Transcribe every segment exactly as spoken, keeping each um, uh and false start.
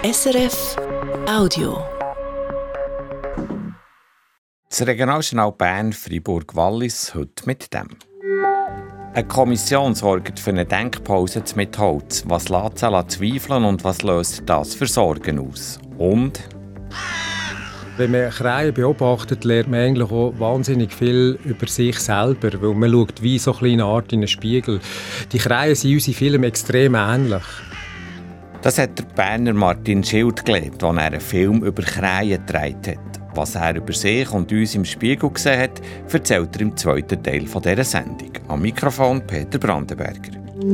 S R F Audio. Das Regionaljournal Bern, Freiburg, Wallis, heute mit dem. Eine Kommission sorgt für eine Denkpause mit Holz. Was lässt sie zweifeln und was löst das für Sorgen aus? Und wenn man Krähen beobachtet, lernt man eigentlich auch wahnsinnig viel über sich selber, weil man schaut wie so eine kleine Art in einen Spiegel. Die Krähen sind unseren Filmen extrem ähnlich. Das hat der Berner Martin Schild gelebt, als er einen Film über Krähen gedreht hat. Was er über sich und uns im Spiegel gesehen hat, erzählt er im zweiten Teil dieser Sendung. Am Mikrofon Peter Brandenberger.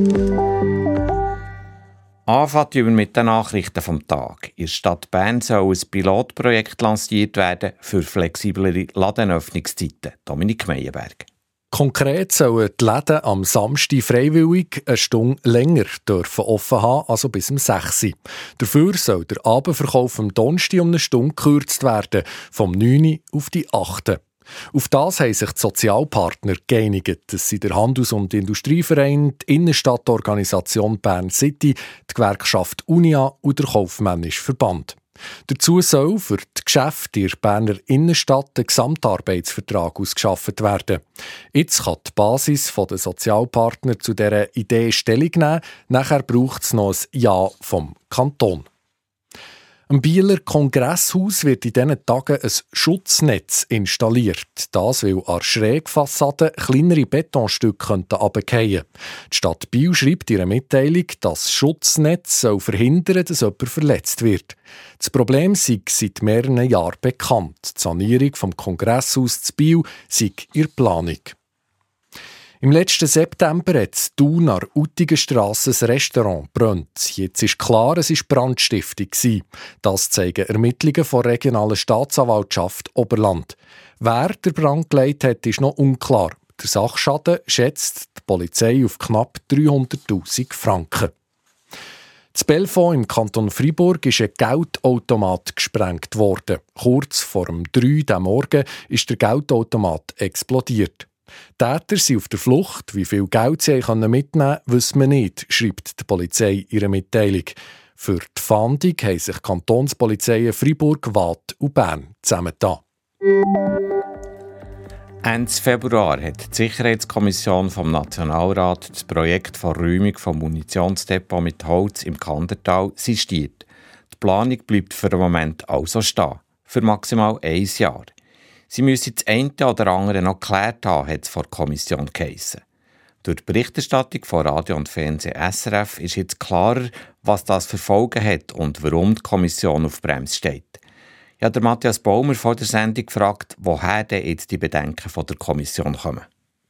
Anfangen wir mit den Nachrichten vom Tag. In der Stadt Bern soll ein Pilotprojekt lanciert werden für flexiblere Ladenöffnungszeiten. Dominik Meyerberg. Konkret sollen die Läden am Samstag freiwillig eine Stunde länger dürfen offen haben, also bis um sechs Uhr. Dafür soll der Abendverkauf am Donnerstag um eine Stunde gekürzt werden, vom neun Uhr auf die acht Uhr. Auf das haben sich die Sozialpartner geeinigt. Das sind der Handels- und Industrieverein, die Innenstadtorganisation Bern City, die Gewerkschaft Unia und der Kaufmännische Verband. Dazu soll für die Geschäfte in der Berner Innenstadt ein Gesamtarbeitsvertrag ausgeschafft werden. Jetzt kann die Basis der Sozialpartner zu dieser Idee Stellung nehmen. Nachher braucht es noch ein Ja vom Kanton. Am Bieler Kongresshaus wird in diesen Tagen ein Schutznetz installiert. Das, weil an der Schrägfassade kleinere Betonstücke runterfallen könnten. Die Stadt Biel schreibt in ihrer Mitteilung, dass das Schutznetz soll verhindern, dass jemand verletzt wird. Das Problem sei seit mehreren Jahren bekannt. Die Sanierung des Kongresshaus zu Biel sei in Planung. Im letzten September hat in Thun an der Utigenstrasse ein Restaurant gebrannt. Jetzt ist klar, es war Brandstiftung. Das zeigen Ermittlungen der regionalen Staatsanwaltschaft Oberland. Wer den Brand geleitet hat, ist noch unklar. Der Sachschaden schätzt die Polizei auf knapp dreihunderttausend Franken. In Belfond im Kanton Freiburg ist ein Geldautomat gesprengt worden. Kurz vor dem drei Uhr Morgen ist der Geldautomat explodiert. Die Täter sind auf der Flucht. Wie viel Geld sie mitnehmen konnten, wissen wir nicht, schreibt die Polizei in ihrer Mitteilung. Für die Fahndung haben sich die Kantonspolizeien Freiburg, Waadt und Bern zusammengetan. Ende Februar hat die Sicherheitskommission vom Nationalrat das Projekt der Räumung des Munitionsdepots mit Holz im Kandertal sistiert. Die Planung bleibt für den Moment also stehen, für maximal ein Jahr. Sie müssen das eine oder andere noch geklärt haben, hat es vor der Kommission geheissen. Durch die Berichterstattung von Radio und Fernsehen S R F ist jetzt klarer, was das für Folgen hat und warum die Kommission auf Bremse steht. Ja, der Matthias Baumer vor der Sendung gefragt, woher denn jetzt die Bedenken von der Kommission kommen.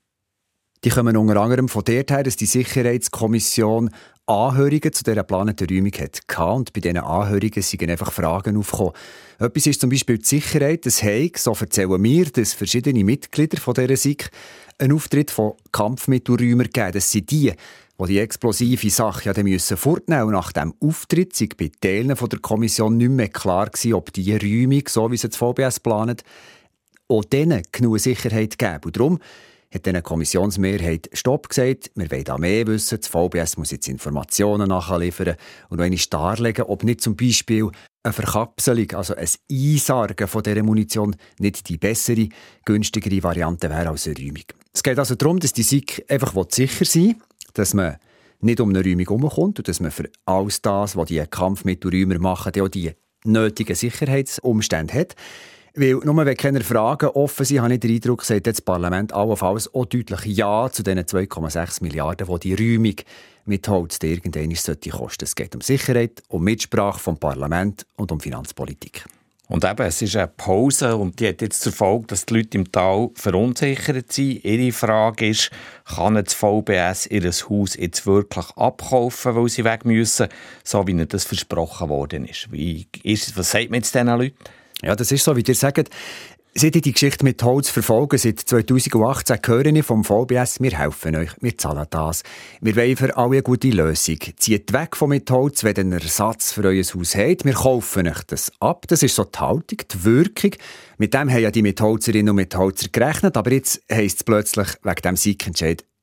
Die kommen unter anderem von dort her, dass die Sicherheitskommission Anhörungen zu dieser geplanten Räumung hatte. Und bei diesen Anhörungen sind einfach Fragen aufgekommen. Etwas ist zum Beispiel die Sicherheit. Das Haig, so erzählen wir, dass verschiedene Mitglieder von dieser S I K einen Auftritt von Kampfmittelräumern geben. Das sind die, die die explosive Sache ja dann müssen fortnehmen. Und nach diesem Auftritt sei bei Teilen der Kommission nicht mehr klar gewesen, ob diese Räumung, so wie sie das V B S planet, auch denen genug Sicherheit geben. Und darum hat eine Kommissionsmehrheit Stopp gesagt. Wir wollen da mehr wissen. Das V B S muss jetzt Informationen nachliefern und noch einmal darlegen, ob nicht zum Beispiel eine Verkapselung, also ein Einsargen von dieser Munition, nicht die bessere, günstigere Variante wäre als eine Räumung. Es geht also darum, dass die S I K einfach sicher sein will, dass man nicht um eine Räumung herumkommt und dass man für alles das, was die Kampfmittelräumer machen, auch die nötigen Sicherheitsumstände hat. Weil, nur wenn keine Fragen offen sind, habe ich den Eindruck, sagt das Parlament allenfalls auch deutlich Ja zu diesen zwei Komma sechs Milliarden, die die Räumung mit Holz irgendwann kosten sollte. Es geht um Sicherheit, um Mitsprache vom Parlament und um Finanzpolitik. Und eben, es ist eine Pause und die hat jetzt zur Folge, dass die Leute im Tal verunsichert sind. Ihre Frage ist, kann das V B S ihr Haus jetzt wirklich abkaufen, weil sie weg müssen, so wie ihnen das versprochen worden ist? Wie ist, was sagt man jetzt diesen Leuten? Ja, das ist so, wie ihr sagt. Seit ihr die Geschichte mit Holz verfolgen, seit zweitausendachtzehn höre ich vom V B S, wir helfen euch, wir zahlen das. Wir wollen für alle eine gute Lösung. Zieht weg von mit Holz, wenn ihr einen Ersatz für euer Haus habt. Wir kaufen euch das ab. Das ist so die Haltung, die Wirkung. Mit dem haben ja die Mitholzerinnen und Mitholzer gerechnet, aber jetzt heisst es plötzlich, wegen dem Sieg-Entscheid, ja,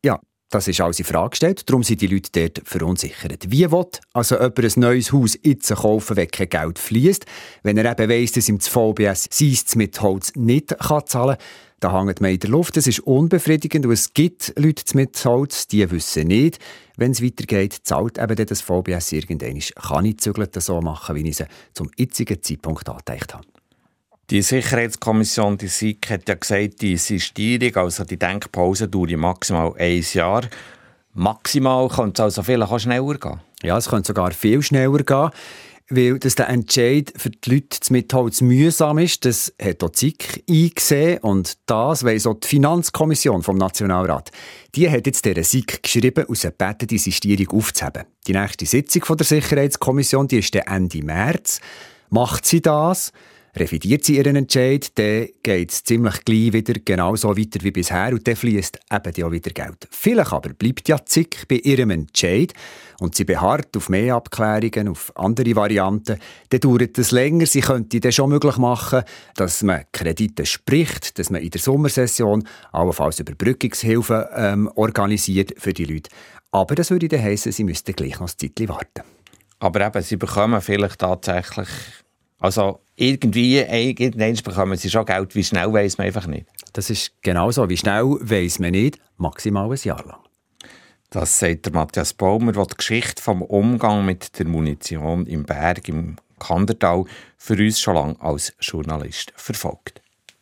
Das ist alles in Frage gestellt, darum sind die Leute dort verunsichert. Wie will also jemand ein neues Haus jetzt kaufen, wenn kein Geld fließt, wenn er eben weiss, dass ihm das V B S sein mit Holz nicht zahlen kann? Da hängt man in der Luft, das ist unbefriedigend und es gibt Leute mit Holz, die wissen nicht, wenn es weitergeht, zahlt eben das V B S irgendwann. Kann ich zügeln so machen, wie ich es zum jetzigen Zeitpunkt angedacht habe. Die Sicherheitskommission, die S I K, hat ja gesagt, die Sistierung, also die Denkpause, dauert maximal ein Jahr. Maximal könnte es also vielleicht auch schneller gehen. Ja, es könnte sogar viel schneller gehen, weil dass der Entscheid für die Leute mit Holz mühsam ist. Das hat auch die S I K eingesehen und das weiss auch die Finanzkommission vom Nationalrat. Die hat jetzt der S I K geschrieben und sie gebeten, die Sistierung aufzuheben. Die nächste Sitzung von der Sicherheitskommission, die ist dann Ende März. Macht sie das? Revidiert sie ihren Entscheid, dann geht es ziemlich gleich wieder genauso weiter wie bisher und dann fließt eben auch wieder Geld. Vielleicht aber bleibt ja die S I K bei ihrem Entscheid und sie beharrt auf mehr Abklärungen, auf andere Varianten. Dann dauert es länger. Sie könnte dann schon möglich machen, dass man Kredite spricht, dass man in der Sommersession allenfalls Überbrückungshilfen ähm, organisiert für die Leute. Aber das würde dann heissen, sie müssten gleich noch ein Zeitchen warten. Aber eben, sie bekommen vielleicht tatsächlich... Also irgendwie, irgendwann bekommen sie schon Geld, wie schnell weiss man einfach nicht. Das ist genau so, wie schnell weiss man nicht, maximal ein Jahr lang. Das sagt der Matthias Baumer, der die Geschichte vom Umgang mit der Munition im Berg im Kandertal für uns schon lange als Journalist verfolgt.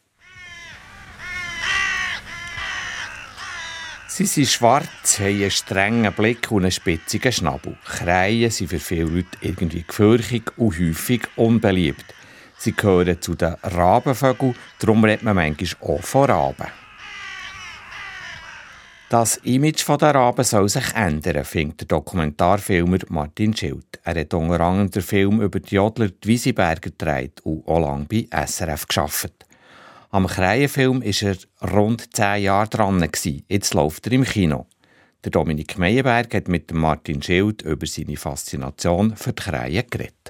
Sie sind schwarz, haben einen strengen Blick und einen spitzigen Schnabel. Krähen sind für viele Leute irgendwie gefürchtig und häufig unbeliebt. Sie gehören zu den Rabenvögeln, darum redet man manchmal auch von Raben. Das Image der Raben soll sich ändern, findet der Dokumentarfilmer Martin Schild. Er hat unter anderem den Film über die Jodler die Wiesenberger gedreht und auch lange bei S R F gearbeitet. Am Krähenfilm war er rund zehn Jahre dran. Jetzt läuft er im Kino. Der Dominik Meyerberg hat mit Martin Schild über seine Faszination für die Krähen geredet.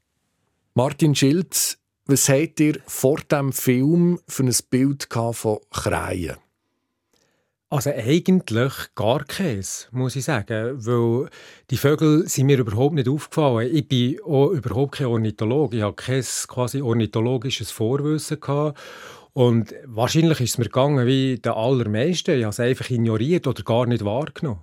Martin Schild, was habt ihr vor diesem Film für ein Bild von Krähen? Also eigentlich gar keins, muss ich sagen, weil die Vögel sind mir überhaupt nicht aufgefallen. Ich bin auch überhaupt kein Ornithologe. Ich hatte kein quasi ornithologisches Vorwissen gehabt. Und wahrscheinlich ist es mir gegangen wie den allermeisten. Ich habe es einfach ignoriert oder gar nicht wahrgenommen.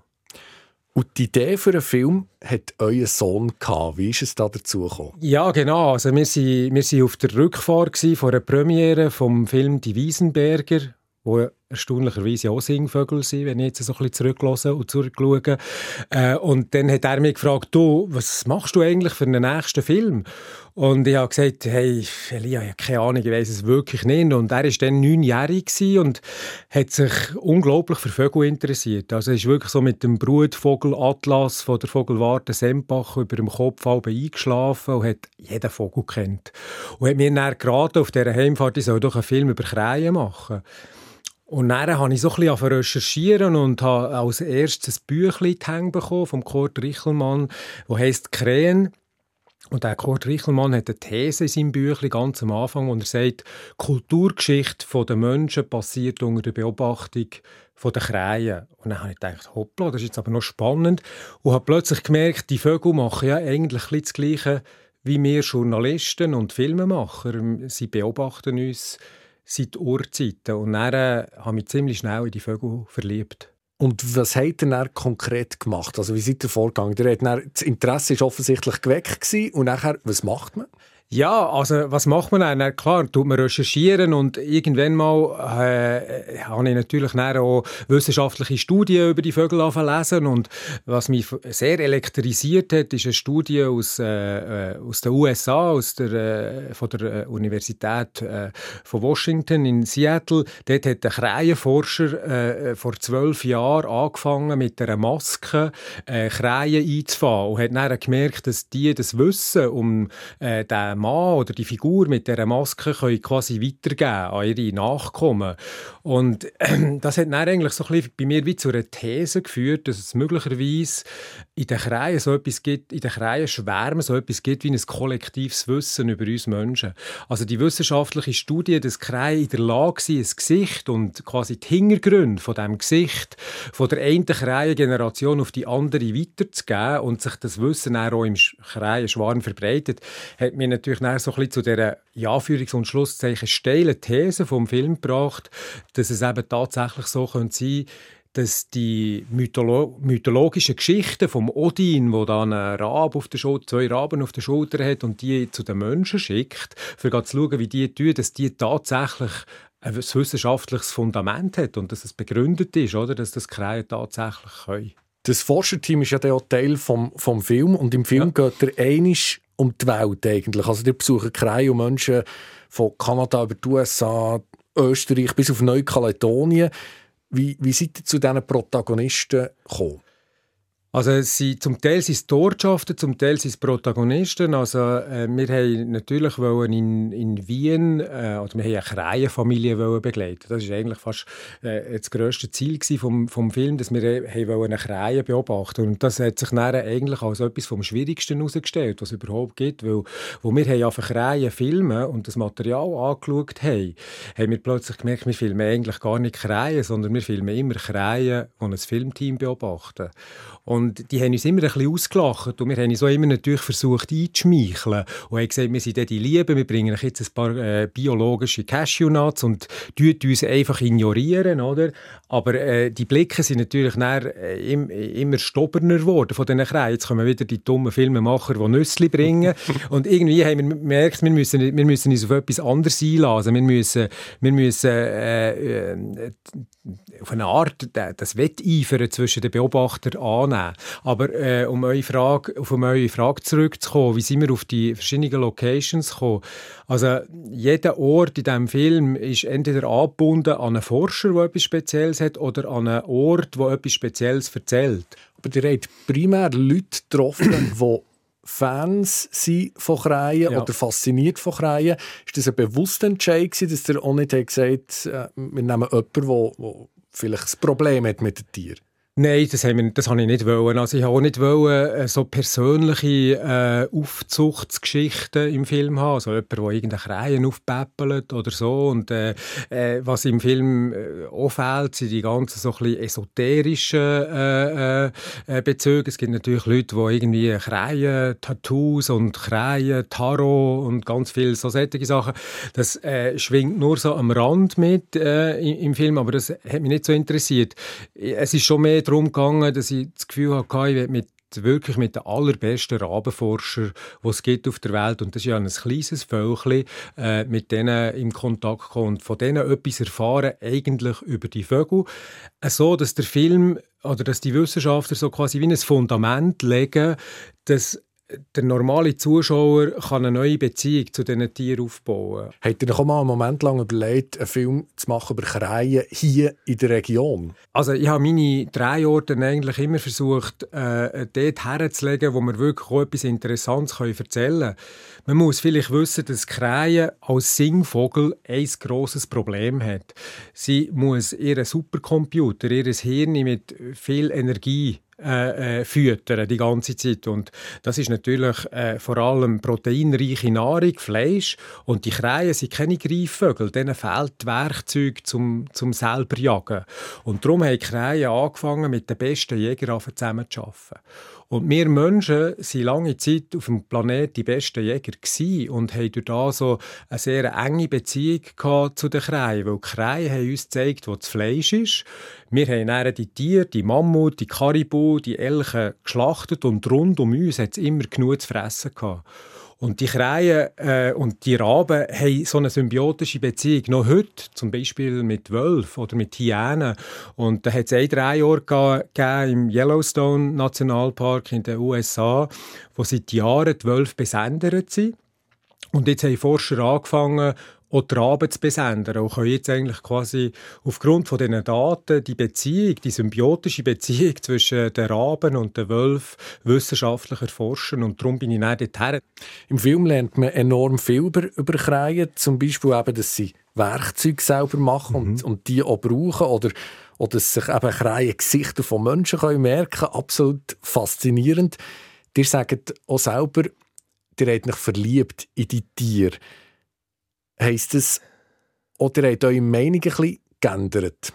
Und die Idee für einen Film hat euer Sohn gehabt. Wie ist es da dazu gekommen? Ja, genau. Also wir waren wir sind auf der Rückfahrt von einer Premiere vom Film «Die Wiesenberger», wo erstaunlicherweise auch Singvögel sind, wenn ich jetzt so ein bisschen zurückhöre und zurückschaue. Äh, und dann hat er mich gefragt, du, was machst du eigentlich für den nächsten Film? Und ich habe gesagt, hey, Elia, ich habe keine Ahnung, ich weiss es wirklich nicht. Und er war dann neunjährig und hat sich unglaublich für Vögel interessiert. Also er ist wirklich so mit dem Brutvogelatlas von der Vogelwarte Sempach über dem Kopf eingeschlafen und hat jeden Vogel kennt. Und hat mir dann geraten, auf dieser Heimfahrt, ich soll doch einen Film über Krähen machen. Und dann habe ich so ein bisschen recherchieren und habe als erstes ein Büchlein in die Hände bekommen vom Kurt Richelmann, das heisst «Krähen». Und der Kurt Richelmann hat eine These in seinem Büchlein ganz am Anfang, wo er sagt, die Kulturgeschichte der Menschen passiert unter der Beobachtung der Krähen. Und dann habe ich gedacht, hoppla, das ist jetzt aber noch spannend. Und habe plötzlich gemerkt, die Vögel machen ja eigentlich das Gleiche wie wir Journalisten und Filmemacher. Sie beobachten uns seit Urzeiten. Und dann äh, habe ich mich ziemlich schnell in die Vögel verliebt. Und was habt ihr dann konkret gemacht? Also wie seid ihr vorgegangen? Ihr habt dann, das Interesse war offensichtlich geweckt gewesen. Und nachher, was macht man? Ja, also was macht man dann? Klar, tut man recherchieren und irgendwann mal äh, habe ich natürlich dann auch wissenschaftliche Studien über die Vögel lesen und was mich sehr elektrisiert hat, ist eine Studie aus, äh, aus den U S A, aus der, äh, von der Universität äh, von Washington in Seattle. Dort hat ein Krähenforscher äh, vor zwölf Jahren angefangen, mit einer Maske äh, Krähen einzufangen und hat dann gemerkt, dass die das Wissen um äh, den Mann oder die Figur mit dieser Maske können quasi weitergeben an ihre Nachkommen. Und äh, das hat dann eigentlich so ein bisschen bei mir wie zu einer These geführt, dass es möglicherweise in den Kreien so etwas gibt, in den Kreien Schwärmen so etwas gibt wie ein kollektives Wissen über uns Menschen. Also die wissenschaftliche Studie, dass Kreie in der Lage sind, ein Gesicht und quasi die Hintergründe von diesem Gesicht von der einen Kreiengeneration auf die andere weiterzugeben und sich das Wissen auch im Kreienschwarm verbreitet, hat mir natürlich dann so ein bisschen zu dieser ja, Anführungs- und Schlusszeichen steilen These vom Film gebracht, dass es eben tatsächlich so könnte sein, dass die Mytholo- mythologischen Geschichten vom Odin, wo dann einen Rab auf der Schulter, zwei Raben auf der Schulter hat und die zu den Menschen schickt, für zu schauen, wie die tun, dass die tatsächlich ein wissenschaftliches Fundament hat und dass es begründet ist, oder? Dass das Kreien tatsächlich können. Das Forscherteam ist ja auch Teil vom, vom Film und im Film ja. geht er einisch um die Welt eigentlich. Also die besuchen Kreie und Menschen von Kanada über die U S A, Österreich bis auf Neukaledonien. Wie, wie seid ihr zu diesen Protagonisten gekommen? Also sie, zum Teil sind es die Ortschaften, zum Teil sind es Protagonisten. Also äh, wir wollten natürlich wollen in, in Wien, äh, oder wir wollten eine Kreienfamilie begleiten. Das war eigentlich fast äh, das grösste Ziel vom, vom Film, dass wir äh, eine Kreie beobachten. Und das hat sich dann eigentlich als etwas vom Schwierigsten herausgestellt, was es überhaupt gibt. Weil, wo wir haben auf Kreien filmen und das Material angeschaut haben, haben wir plötzlich gemerkt, wir filmen eigentlich gar nicht Kreien, sondern wir filmen immer Kreien, die ein Filmteam beobachten. Und die haben uns immer ein bisschen ausgelacht und wir haben uns auch immer natürlich versucht einzuschmeicheln und haben gesagt, wir sind die Lieben, wir bringen euch jetzt ein paar äh, biologische Cashewnuts und tun uns einfach ignorieren, oder? Aber äh, die Blicke sind natürlich dann, äh, im, immer stobberner geworden von diesen Kreien. Jetzt kommen wieder die dummen Filmemacher, die Nüssli bringen. Und irgendwie haben wir gemerkt, wir müssen, wir müssen uns auf etwas anderes einlassen. Wir müssen, wir müssen äh, äh, auf eine Art das Wetteifern zwischen den Beobachtern annehmen. Aber äh, um eure Frage, auf eure Frage zurückzukommen, wie sind wir auf die verschiedenen Locations gekommen? Also jeder Ort in diesem Film ist entweder angebunden an einen Forscher, der etwas Spezielles hat, oder an einen Ort, der etwas Spezielles erzählt. Aber ihr habt primär Leute getroffen, die Fans sind von Kreien ja. oder fasziniert von Kreien. Ist das ein bewusster Entscheid gewesen, dass ihr auch nicht gesagt habt, wir nehmen jemanden, der vielleicht ein Problem hat mit den Tieren? Nein, das, haben wir, das habe ich nicht wollen. Also ich habe auch nicht wollen, äh, so persönliche äh, Aufzuchtsgeschichten im Film haben. Also jemand, der irgendeine Kreien aufpäppelt oder so. Und äh, äh, was im Film äh, auch fehlt, sind die ganzen so ein bisschen esoterischen äh, äh, Bezüge. Es gibt natürlich Leute, die irgendwie Kreien-Tattoos und Kreien-Tarot und ganz viele so solche Sachen. Das äh, schwingt nur so am Rand mit äh, im, im Film, aber das hat mich nicht so interessiert. Es ist schon mehr darum gegangen, dass ich das Gefühl hatte, ich will mit, wirklich mit den allerbesten Rabenforschern, die es gibt auf der Welt, und das ist ja ein kleines Völkchen, äh, mit denen in Kontakt kommen und von denen etwas erfahren, eigentlich über die Vögel. Äh, so, dass der Film oder dass die Wissenschaftler so quasi wie ein Fundament legen, dass der normale Zuschauer kann eine neue Beziehung zu diesen Tieren aufbauen. Habt ihr noch mal einen Moment lang überlegt, einen Film zu machen über Kreien hier in der Region? Also ich habe meine Drehorte eigentlich immer versucht, äh, dort herzulegen, wo wir wirklich auch etwas Interessantes erzählen können. Man muss vielleicht wissen, dass Krähen als Singvogel ein grosses Problem hat. Sie muss ihren Supercomputer, ihr Hirn mit viel Energie Äh, äh, füttern die ganze Zeit. Und das ist natürlich äh, vor allem proteinreiche Nahrung, Fleisch. Und die Krähen sind keine Greifvögel, denen fehlt das Werkzeug zum, zum selber jagen. Und darum haben die Krähen angefangen, mit den besten Jägern zusammenzuarbeiten. Und wir Menschen waren lange Zeit auf dem Planeten die besten Jäger gewesen und haben durch das so eine sehr enge Beziehung gehabt zu den Krähen, weil die Krähen haben uns gezeigt, wo das Fleisch ist. Wir haben dann die Tiere, die Mammut, die Karibu, die Elche geschlachtet und rund um uns hat es immer genug zu fressen gehabt. Und die Krähen äh, und die Raben haben so eine symbiotische Beziehung. Noch heute, zum Beispiel mit Wölfen oder mit Hyänen. Und da hat es ein Drehort gegeben im Yellowstone Nationalpark in den U S A, wo seit Jahren die Wölfe besendet sind. Und jetzt haben Forscher angefangen, auch die Raben zu besendern und können jetzt eigentlich quasi aufgrund von diesen Daten die Beziehung, die symbiotische Beziehung zwischen den Raben und den Wölfen wissenschaftlich erforschen und darum bin ich dann dorthin. Im Film lernt man enorm viel über, über Krähen, zum Beispiel eben, dass sie Werkzeuge selber machen mhm. und, und die auch brauchen oder, oder dass sich eben Krähen Gesichter von Menschen können merken können. Absolut faszinierend. Ihr sagt auch selber, ihr habt euch verliebt in die Tiere. Heisst das, oder habt eure Meinung ein bisschen geändert?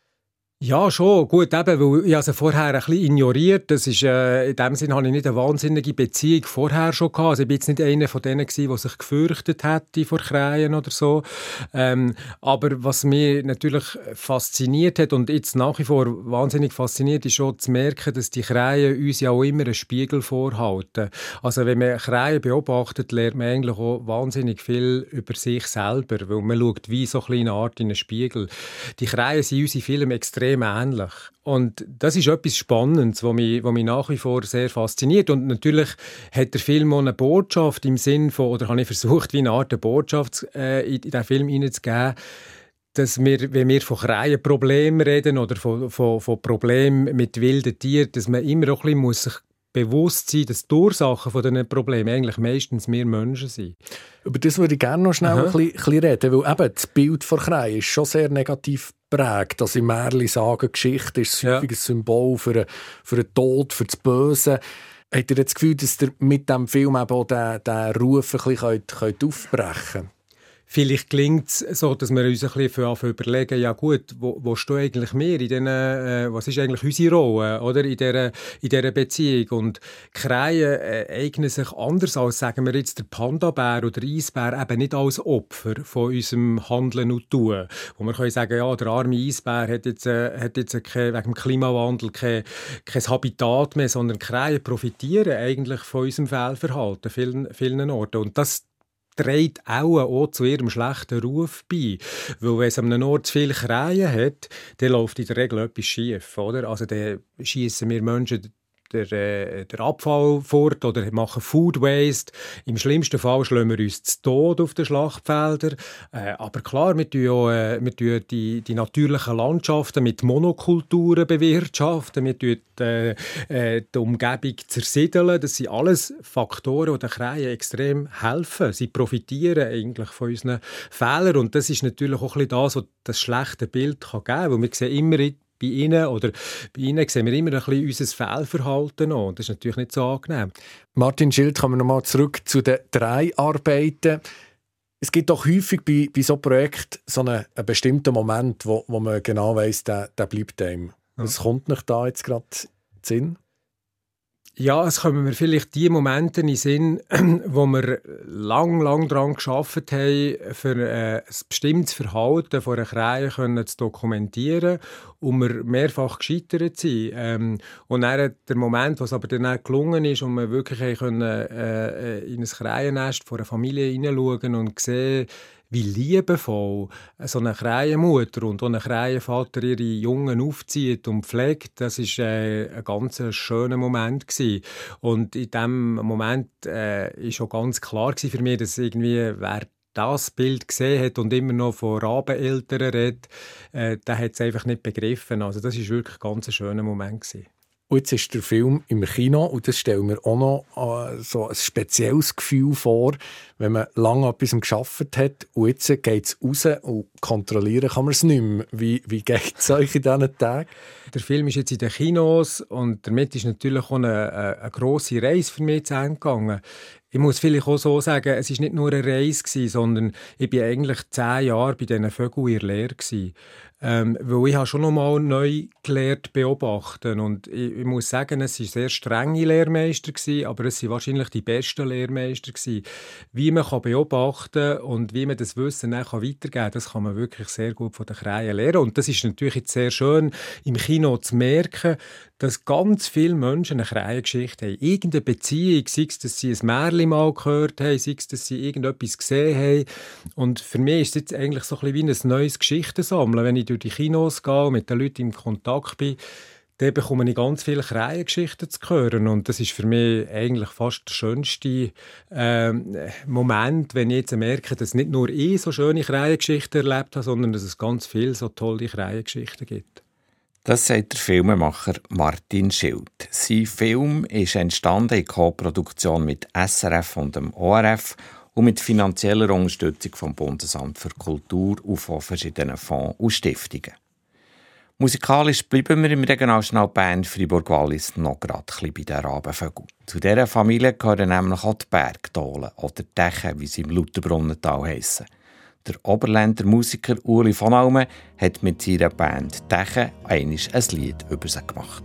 Ja, schon. Gut, eben, weil ich also vorher ein bisschen ignoriert. Das ist, äh, in dem Sinne habe ich nicht eine wahnsinnige Beziehung vorher schon gehabt. Also ich bin jetzt nicht einer von denen gewesen, der sich gefürchtet hätte vor Krähen oder so. Ähm, aber was mich natürlich fasziniert hat und jetzt nach wie vor wahnsinnig fasziniert, ist schon zu merken, dass die Krähen uns ja auch immer einen Spiegel vorhalten. Also wenn man Krähen beobachtet, lernt man eigentlich auch wahnsinnig viel über sich selber, weil man schaut wie so eine kleine Art in einen Spiegel. Die Krähen sind unsere Filme extrem ähnlich. Und das ist etwas Spannendes, was mich, was mich nach wie vor sehr fasziniert. Und natürlich hat der Film auch eine Botschaft im Sinn von, oder habe ich versucht, wie eine Art eine Botschaft äh, in, in den Film hineinzugeben, dass wir, wenn wir von Krähenproblemen reden oder von, von, von Problemen mit wilden Tieren, dass man immer auch ein bisschen muss sich bewusst sein, dass die Ursachen von diesen Problemen eigentlich meistens wir Menschen sind. Über das würde ich gerne noch schnell ein bisschen, ein bisschen reden, weil eben das Bild von Krähen ist schon sehr negativ geprägt. Also in Märchen, Sagen, Geschichte ist es ja häufig ein Symbol für, eine, für den Tod, für das Böse. Habt ihr jetzt das Gefühl, dass ihr mit diesem Film eben auch diesen, diesen Ruf ein bisschen könnt, könnt aufbrechen könnt? Vielleicht gelingt es so, dass wir uns ein bisschen überlegen, ja gut, wo, wo stehen eigentlich wir in diesen, äh, was ist eigentlich unsere Rolle, oder, in dieser, in dieser Beziehung? Und Krähen äh, eignen sich anders als, sagen wir jetzt, der Panda-Bär oder der Eisbär eben nicht als Opfer von unserem Handeln und Tun. Wo wir können sagen, ja, der arme Eisbär hat jetzt, äh, hat jetzt kein, wegen dem Klimawandel kein, kein Habitat mehr, sondern Krähen profitieren eigentlich von unserem Fehlverhalten vielen, vielen Orten. Und das trägt auch, auch zu ihrem schlechten Ruf bei. Weil wenn es an einem Ort zu viele Krähen hat, dann läuft in der Regel etwas schief. Oder? Also dann schiessen wir Menschen der, äh, der Abfall fort oder machen Food Waste. Im schlimmsten Fall schlagen wir uns zu Tod auf den Schlachtfeldern. Äh, aber klar, wir tun, auch, äh, wir tun die, die natürlichen Landschaften mit Monokulturen bewirtschaften. Wir tun äh, äh, die Umgebung zersiedeln. Das sind alles Faktoren, die den Krähen extrem helfen. Sie profitieren eigentlich von unseren Fehlern. Und das ist natürlich auch ein bisschen das, was das schlechte Bild kann geben kann. Weil wir sehen immer bei ihnen oder bei ihnen sehen wir immer ein bisschen unser Fehlverhalten an. Das ist natürlich nicht so angenehm. Martin Schild, kommen wir nochmal zurück zu den drei Arbeiten. Es gibt doch häufig bei, bei so Projekten so einen, einen bestimmten Moment, wo, wo man genau weiss, der, der bleibt einem. Was ja. kommt nicht da jetzt gerade in den Sinn? Ja, es kommen mir vielleicht die Momente in den Sinn, wo wir lang, lang daran gearbeitet haben, für äh, ein bestimmtes Verhalten von einer Krähe können zu dokumentieren und wir mehrfach gescheitert sind. Ähm, und dann der Moment, wo es aber dann auch gelungen ist und wir wirklich können, äh, in ein Krähennest von einer Familie hineinschauen und sehen, wie liebevoll so eine Krähenmutter und auch ein Krähenvater ihre Jungen aufzieht und pflegt, das war äh, ein ganz schöner Moment gewesen. Und in diesem Moment äh, ist auch ganz klar gewesen für mich, dass irgendwie, wer das Bild gesehen hat und immer noch von Rabeneltern redet, äh, der hat es einfach nicht begriffen. Also das war wirklich ein ganz schöner Moment gewesen. Und jetzt ist der Film im Kino und das stellen wir auch noch äh, so ein spezielles Gefühl vor, wenn man lange etwas gearbeitet hat und jetzt geht es raus und kontrollieren kann man es nicht mehr. Wie, wie geht es euch in diesen Tagen? Der Film ist jetzt in den Kinos und damit ist natürlich auch eine, eine, eine grosse Reise für mich zu Ende gegangen. Ich muss vielleicht auch so sagen, es war nicht nur eine Reise gewesen, sondern ich war eigentlich zehn Jahre bei diesen Vögeln in der Lehre gewesen. Ähm, weil ich habe schon noch mal neu gelernt beobachten und ich, ich muss sagen, es waren sehr strenge Lehrmeister gewesen, aber es waren wahrscheinlich die besten Lehrmeister gewesen. Wie man kann beobachten und wie man das Wissen dann weitergeben kann, das kann man wirklich sehr gut von den Krähen lernen. Und das ist natürlich jetzt sehr schön im Kino zu merken, dass ganz viele Menschen eine Krähengeschichte haben. Irgendeine Beziehung, sei es, dass sie ein Märchen mal gehört haben, sei es, dass sie irgendetwas gesehen haben. Und für mich ist es jetzt eigentlich so ein bisschen wie ein neues Geschichtensammeln, wenn ich durch die Kinos gehe und mit den Leuten in Kontakt bin, dann bekomme ich ganz viele Krähengeschichten zu hören. Und das ist für mich eigentlich fast der schönste äh, Moment, wenn ich jetzt merke, dass nicht nur ich so schöne Krähengeschichten erlebt habe, sondern dass es ganz viele so tolle Krähengeschichten gibt. Das sagt der Filmemacher Martin Schild. Sein Film ist entstanden in Koproduktion mit S R F und dem O R F und mit finanzieller Unterstützung vom Bundesamt für Kultur und von verschiedenen Fonds und Stiftungen. Musikalisch bleiben wir im Regionaljournal Bern Fribourg-Wallis noch gerade ein bisschen bei den Rabenvögeln. Zu dieser Familie gehören nämlich auch die Bergdohlen oder Dächen, wie sie im Lauterbrunnental heissen. Der Oberländer Musiker Uli von Almen hat mit seiner Band Dächen einmal ein Lied über sie gemacht.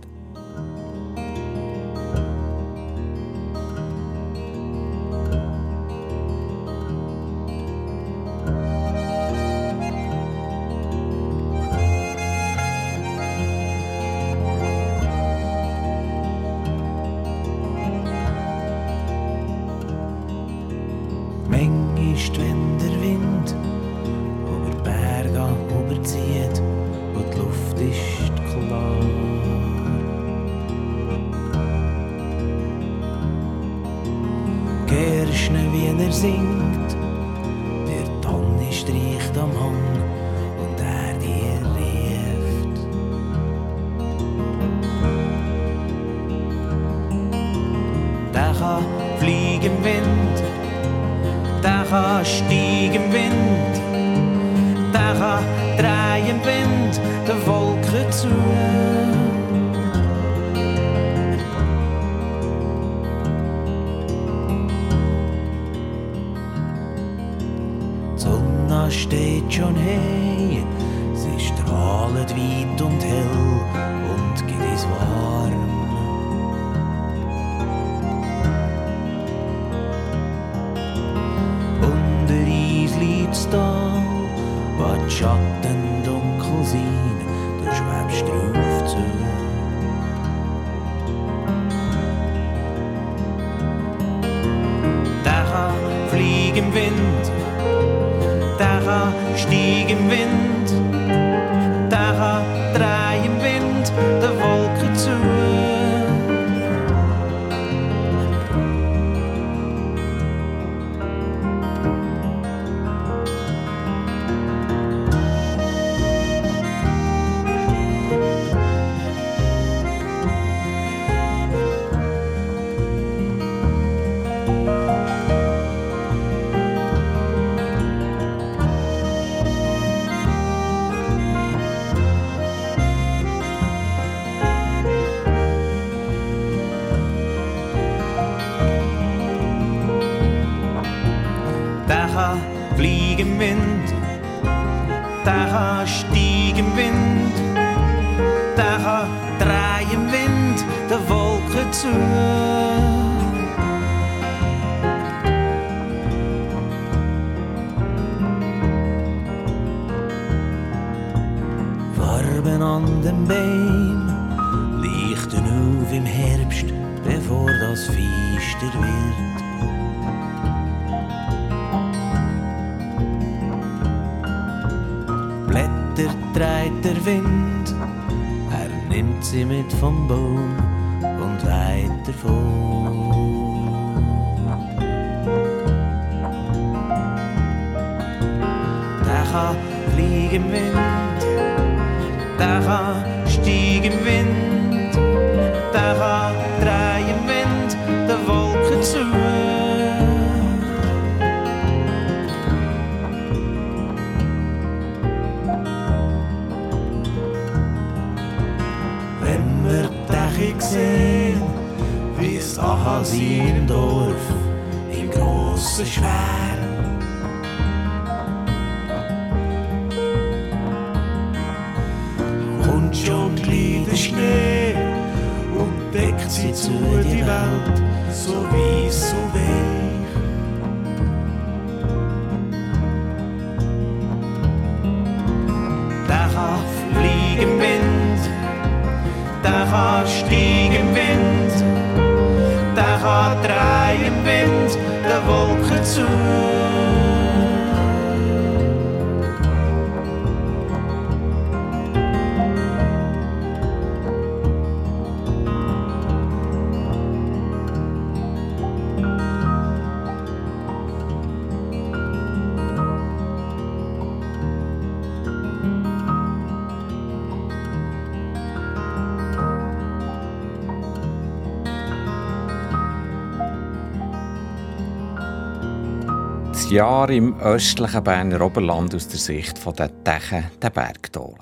Steht schon hey, sie strahlt weit und hell und gibt es warm. Unter Eis liegt's da, wo die Schatten dunkel sind, du schwebst drauf zu. Der kann fliegen im Wind, der kann steigen im Wind, der kann drehen im Wind, der Wolken zu. Fliegen im Wind, der kann steigen im Wind, der kann drehen im Wind, der Wolken zu. Farben an den Beinen leuchten auf im Herbst, bevor das finster wird. Dreht der Wind, er nimmt sie mit vom Baum und weit davon. Der kann fliegen im Wind, der kann steigen im Wind, der kann drehen im Wind, der Wolken zu. Sehen, wie es Ahas im Dorf, im grossen Schwer. Kommt schon gleich der Schnee und deckt sie zu die Welt, so weiss, so weich. Der kann fliegen im Wind, der kann steigen im Wind, der kann drehen im Wind, der Wolken zu. neues Jahr im östlichen Berner Oberland aus der Sicht der Techen, der Bergdolen.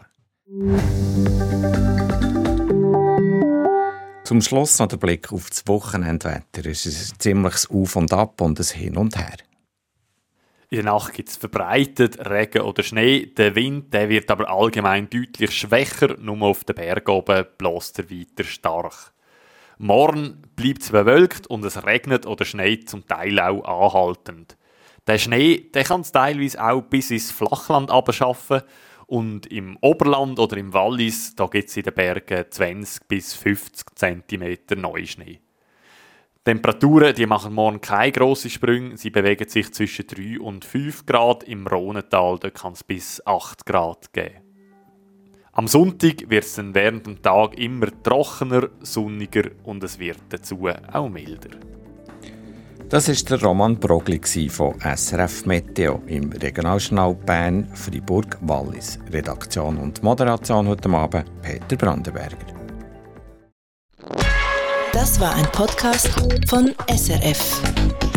Zum Schluss noch der Blick auf das Wochenendwetter. Es ist ein ziemliches Auf und Ab und ein Hin und Her. In der Nacht gibt es verbreitet Regen oder Schnee. Der Wind der wird aber allgemein deutlich schwächer. Nur auf den Bergen oben bläst er weiter stark. Morgen bleibt es bewölkt und es regnet oder schneit zum Teil auch anhaltend. Der Schnee der kann es teilweise auch bis ins Flachland abschaffen. Und im Oberland oder im Wallis gibt es in den Bergen zwanzig bis fünfzig Zentimeter Neuschnee. Die Temperaturen die machen morgen keine grossen Sprünge. Sie bewegen sich zwischen drei und fünf Grad. Im Rhonental kann es bis acht Grad geben. Am Sonntag wird es dann während dem Tag immer trockener, sonniger und es wird dazu auch milder. Das war der Roman Brogli von S R F Meteo im Regionaljournal Bern, Freiburg, Wallis. Redaktion und Moderation heute Abend Peter Brandenberger. Das war ein Podcast von S R F.